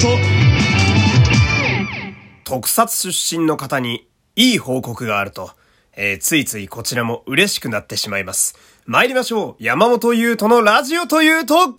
特撮出身の方にいい報告があると、ついついこちらも嬉しくなってしまいます。参りましょう。山本優斗のラジオというと。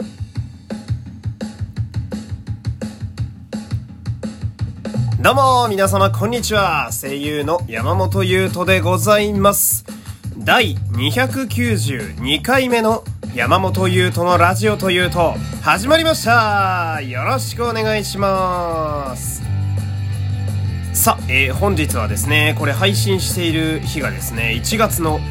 どうも皆様こんにちは。声優の山本優斗でございます。第292回目の山本優斗のラジオというと始まりました。よろしくお願いします。さあ、本日はですね、これ配信している日がですね、1月の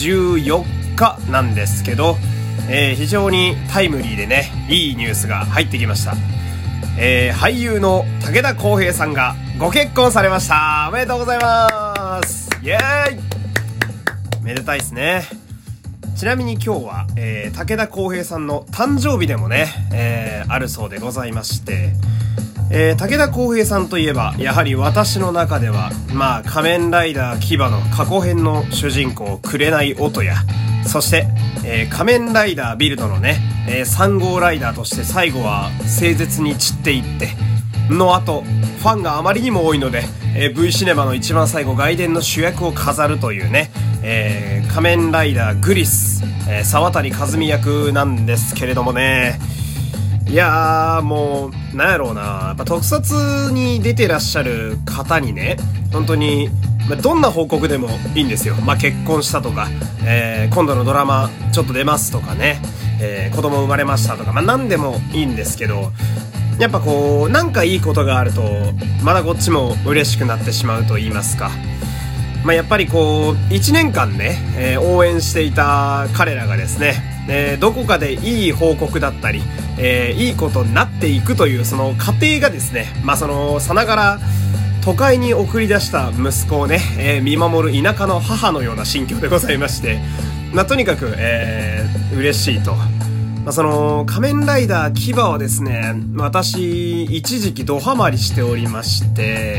14日なんですけど、非常にタイムリーでね、いいニュースが入ってきました。俳優の武田浩平さんがご結婚されました。おめでとうございます。イエーイ。めでたいですね。ちなみに今日は、武田浩平さんの誕生日でもね、あるそうでございまして、武田浩平さんといえばやはり私の中では仮面ライダーキバの過去編の主人公紅音や、そして、仮面ライダービルドのね、3号ライダーとして最後は凄絶に散っていっての後、ファンがあまりにも多いので、V シネマの一番最後外伝の主役を飾るというね、仮面ライダーグリス、沢谷和美役なんですけれどもね、いやーもうなんやろうな、やっぱ特撮に出てらっしゃる方にね、本当にどんな報告でもいいんですよ。結婚したとか、今度のドラマちょっと出ますとかね、子供生まれましたとか、何でもいいんですけど、やっぱこうなんかいいことがあるとまだこっちも嬉しくなってしまうと言いますか、やっぱりこう1年間ね、応援していた彼らがですね、どこかでいい報告だったり、いいことになっていくというその過程がですね、そのさながら都会に送り出した息子をね、見守る田舎の母のような心境でございまして、とにかく、嬉しいと。その仮面ライダーキバはですね、私一時期ドハマりしておりまして、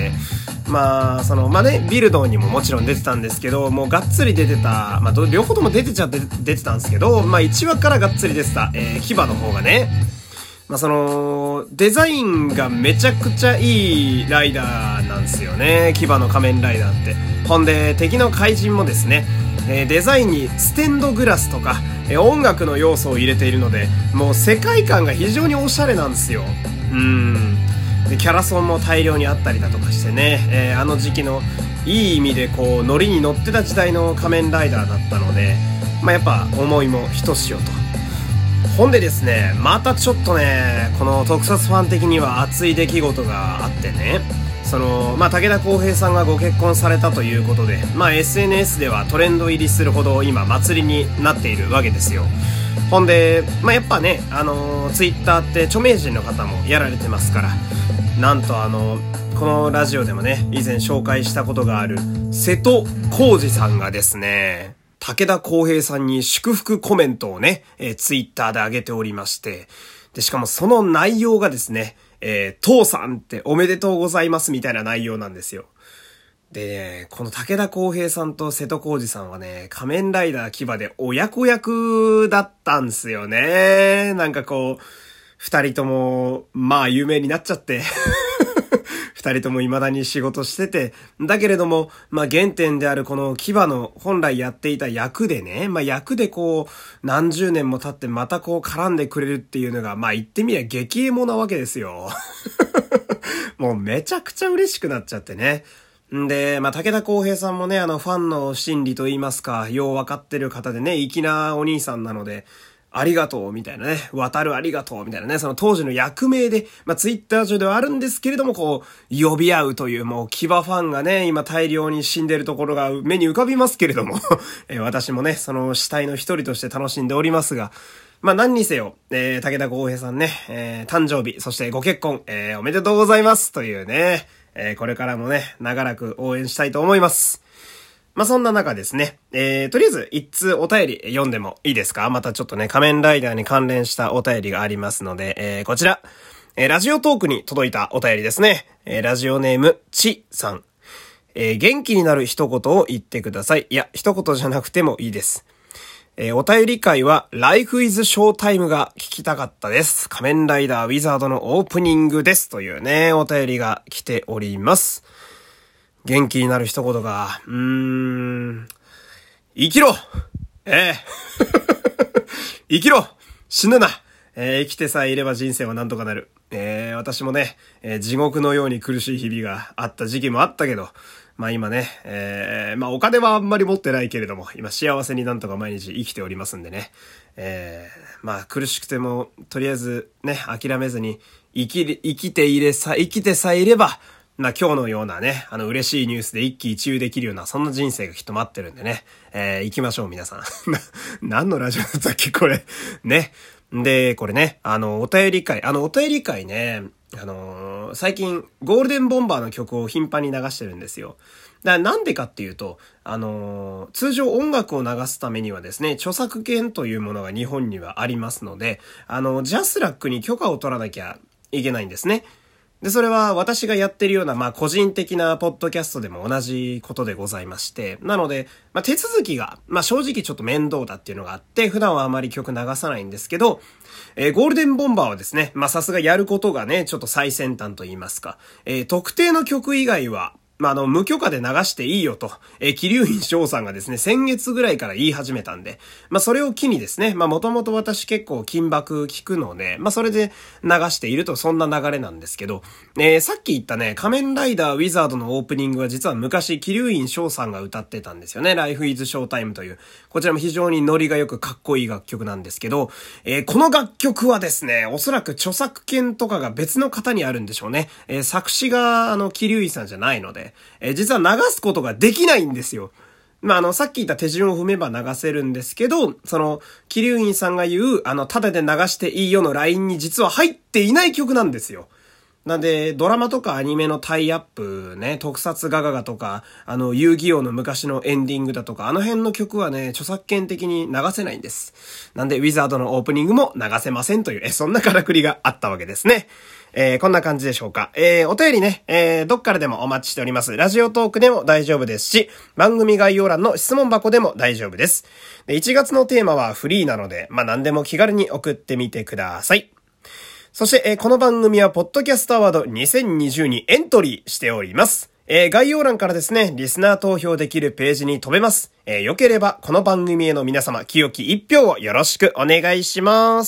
ビルドにももちろん出てたんですけど、もうがっつり出てた、両方とも出てたんですけど、1話からがっつり出てた、キバの方がね、そのデザインがめちゃくちゃいいライダーなんですよね、キバの仮面ライダーって。ほんで敵の怪人もですね、デザインにステンドグラスとか、音楽の要素を入れているので、もう世界観が非常におしゃれなんですよ。でキャラソンも大量にあったりだとかしてね、あの時期のいい意味でこうノリに乗ってた時代の仮面ライダーだったので、やっぱ思いもひとしおと。ほんでですね、またちょっとね、この特撮ファン的には熱い出来事があってね、その武田浩平さんがご結婚されたということで、SNS ではトレンド入りするほど今祭りになっているわけですよ。ほんでやっぱね、ツイッターって著名人の方もやられてますから、なんとこのラジオでもね以前紹介したことがある瀬戸康史さんがですね、武田浩平さんに祝福コメントをね、ツイッターで上げておりまして、でしかもその内容がですね、父さんっておめでとうございますみたいな内容なんですよ。で、この武田浩平さんと瀬戸康史さんはね、仮面ライダーキバで親子役だったんですよね。なんかこう二人とも有名になっちゃって二人とも未だに仕事してて、だけれども原点であるこのキバの本来やっていた役でね、役でこう何十年も経ってまたこう絡んでくれるっていうのが言ってみりゃ激エモなわけですよもうめちゃくちゃ嬉しくなっちゃってね。んで武田浩平さんもね、ファンの心理と言いますか、よう分かってる方でね、粋なお兄さんなので、ありがとうみたいなね、渡るありがとうみたいなね、その当時の役名で、ツイッター上ではあるんですけれども、こう呼び合うという、もうキバファンがね今大量に死んでるところが目に浮かびますけれども私もねその死体の一人として楽しんでおりますが、何にせよ、武田浩平さんね、誕生日そしてご結婚、おめでとうございますというね、これからもね長らく応援したいと思います。そんな中ですね、とりあえず一通お便り読んでもいいですか？またちょっとね、仮面ライダーに関連したお便りがありますので、こちら、ラジオトークに届いたお便りですね。ラジオネーム、ちさん。元気になる一言を言ってください。いや、一言じゃなくてもいいです。 お便り会は Life is Showtime が聞きたかったです。仮面ライダーウィザードのオープニングですというね、お便りが来ております。元気になる一言が、生きろ生きろ死ぬな生きてさえいれば人生はなんとかなる。私もね、地獄のように苦しい日々があった時期もあったけど、まあ今ね、お金はあんまり持ってないけれども、今幸せになんとか毎日生きておりますんでね。苦しくても、とりあえずね、諦めずに生きてさえいれば、今日のようなね、嬉しいニュースで一喜一憂できるような、そんな人生がきっと待ってるんでね。行きましょう、皆さん。何のラジオだったっけ、これ。ね。で、これね、お便り会ね、最近、ゴールデンボンバーの曲を頻繁に流してるんですよ。なんでかっていうと、通常音楽を流すためにはですね、著作権というものが日本にはありますので、ジャスラックに許可を取らなきゃいけないんですね。で、それは私がやってるような、個人的なポッドキャストでも同じことでございまして、なので、手続きが、正直ちょっと面倒だっていうのがあって、普段はあまり曲流さないんですけど、ゴールデンボンバーはですね、さすがやることがね、ちょっと最先端と言いますか、特定の曲以外は、無許可で流していいよと、桐生院翔さんがですね、先月ぐらいから言い始めたんで、それを機にですね、もともと私結構金箔聞くので、それで流しているとそんな流れなんですけど、さっき言ったね、仮面ライダーウィザードのオープニングは実は昔桐生院翔さんが歌ってたんですよね。Life is Showtime という、こちらも非常にノリがよくかっこいい楽曲なんですけど、この楽曲はですね、おそらく著作権とかが別の方にあるんでしょうね。作詞が桐生院さんじゃないので、実は流すことができないんですよ。さっき言った手順を踏めば流せるんですけど、桐生院さんが言う、ただで流していいよのラインに実は入っていない曲なんですよ。なんで、ドラマとかアニメのタイアップね、特撮ガガガとか、遊戯王の昔のエンディングだとか、あの辺の曲はね、著作権的に流せないんです。なんで、ウィザードのオープニングも流せませんという、そんなからくりがあったわけですね。こんな感じでしょうか。お便りね、どっからでもお待ちしております。ラジオトークでも大丈夫ですし、番組概要欄の質問箱でも大丈夫です。1月のテーマはフリーなので、何でも気軽に送ってみてください。そして、この番組はポッドキャストアワード2020にエントリーしております。概要欄からですね、リスナー投票できるページに飛べます。よければこの番組への皆様、清き一票をよろしくお願いします。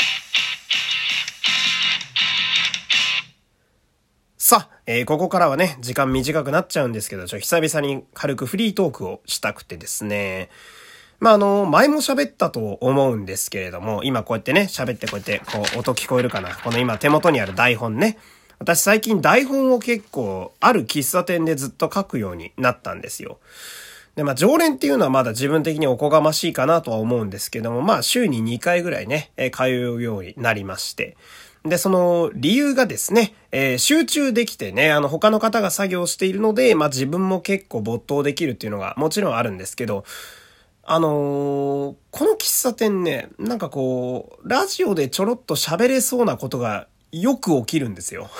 さあ、ここからはね、時間短くなっちゃうんですけど、久々に軽くフリートークをしたくてですね。前も喋ったと思うんですけれども、今こうやってね、喋ってこうやって、音聞こえるかな。この今手元にある台本ね。私最近台本を結構、ある喫茶店でずっと書くようになったんですよ。で、常連っていうのはまだ自分的におこがましいかなとは思うんですけども、週に2回ぐらいね、通うようになりまして。で、その理由がですね、集中できてね、他の方が作業しているので、自分も結構没頭できるっていうのがもちろんあるんですけど、この喫茶店ね、ラジオでちょろっと喋れそうなことがよく起きるんですよ。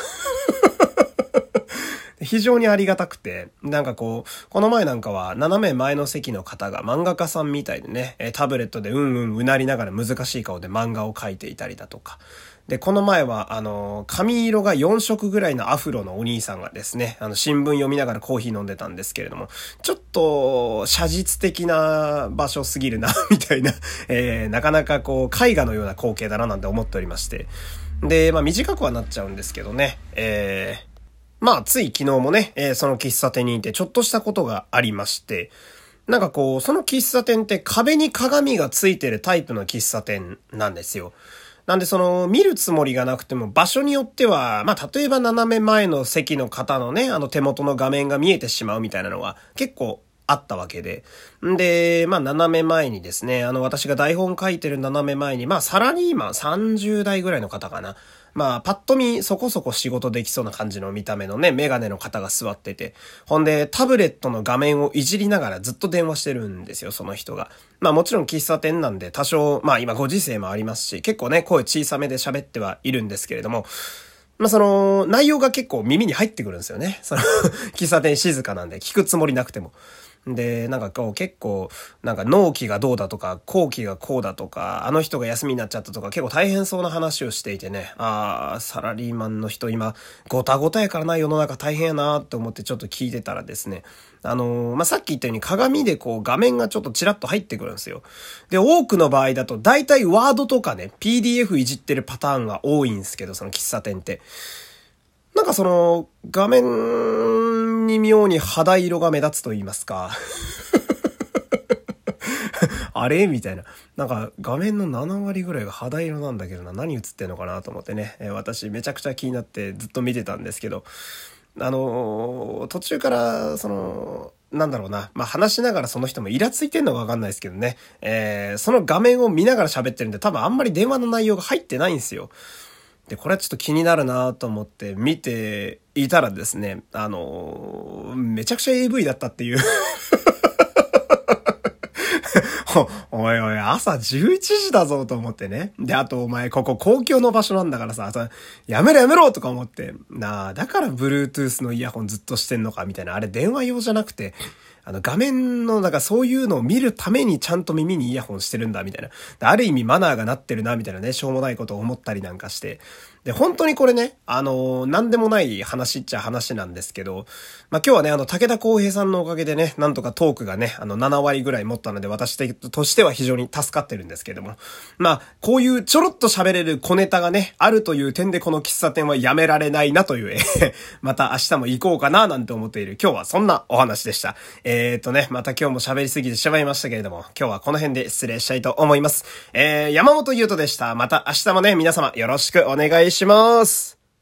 非常にありがたくて、この前なんかは斜め前の席の方が漫画家さんみたいでね、タブレットでうなりながら難しい顔で漫画を描いていたりだとか。で、この前は、髪色が4色ぐらいのアフロのお兄さんがですね、新聞読みながらコーヒー飲んでたんですけれども、ちょっと、写実的な場所すぎるな、みたいな、なかなか絵画のような光景だななんて思っておりまして。で、短くはなっちゃうんですけどね、つい昨日もね、その喫茶店にいてちょっとしたことがありまして、その喫茶店って壁に鏡がついてるタイプの喫茶店なんですよ。なんで見るつもりがなくても場所によっては、例えば斜め前の席の方のね、手元の画面が見えてしまうみたいなのが結構あったわけで。で、斜め前にですね、私が台本書いてる斜め前に、サラリーマン30代ぐらいの方かな。パッと見そこそこ仕事できそうな感じの見た目のね、メガネの方が座ってて、ほんでタブレットの画面をいじりながらずっと電話してるんですよ、その人が。もちろん喫茶店なんで多少、今ご時世もありますし、結構ね、声小さめで喋ってはいるんですけれども、内容が結構耳に入ってくるんですよね。喫茶店静かなんで聞くつもりなくても。 で、なんかこう結構、なんか納期がどうだとか、後期がこうだとか、あの人が休みになっちゃったとか、結構大変そうな話をしていてね、サラリーマンの人今、ごたごたやからな、世の中大変やなって思ってちょっと聞いてたらですね、さっき言ったように鏡でこう画面がちょっとチラッと入ってくるんですよ。で、多くの場合だと大体ワードとかね、PDF いじってるパターンが多いんですけど、その喫茶店って。なんかその、画面に妙に肌色が目立つと言いますか。あれみたいな。なんか画面の7割ぐらいが肌色なんだけどな。何映ってんのかなと思ってね。私めちゃくちゃ気になってずっと見てたんですけど。途中から、なんだろうな。話しながらその人もイラついてんのかわかんないですけどね。その画面を見ながら喋ってるんで多分あんまり電話の内容が入ってないんですよ。で、これはちょっと気になるなと思って見ていたらですね、めちゃくちゃ AV だったっていう。おいおい、朝11時だぞと思ってね。で、あとお前、ここ公共の場所なんだからさ、やめろやめろとか思って。だから Bluetooth のイヤホンずっとしてんのかみたいな。あれ電話用じゃなくて、画面の、そういうのを見るためにちゃんと耳にイヤホンしてるんだ、みたいな。ある意味マナーがなってるな、みたいなね、しょうもないことを思ったりなんかして。で、本当にこれね、なんでもない話っちゃ話なんですけど、今日はね、武田光平さんのおかげでね、なんとかトークがね、7割ぐらい持ったので、私としては非常に助かってるんですけども。こういうちょろっと喋れる小ネタがね、あるという点でこの喫茶店はやめられないなという、また明日も行こうかな、なんて思っている今日はそんなお話でした。また今日も喋りすぎてしまいましたけれども、今日はこの辺で失礼したいと思います。山本優斗でした。また明日もね、皆様よろしくお願いします。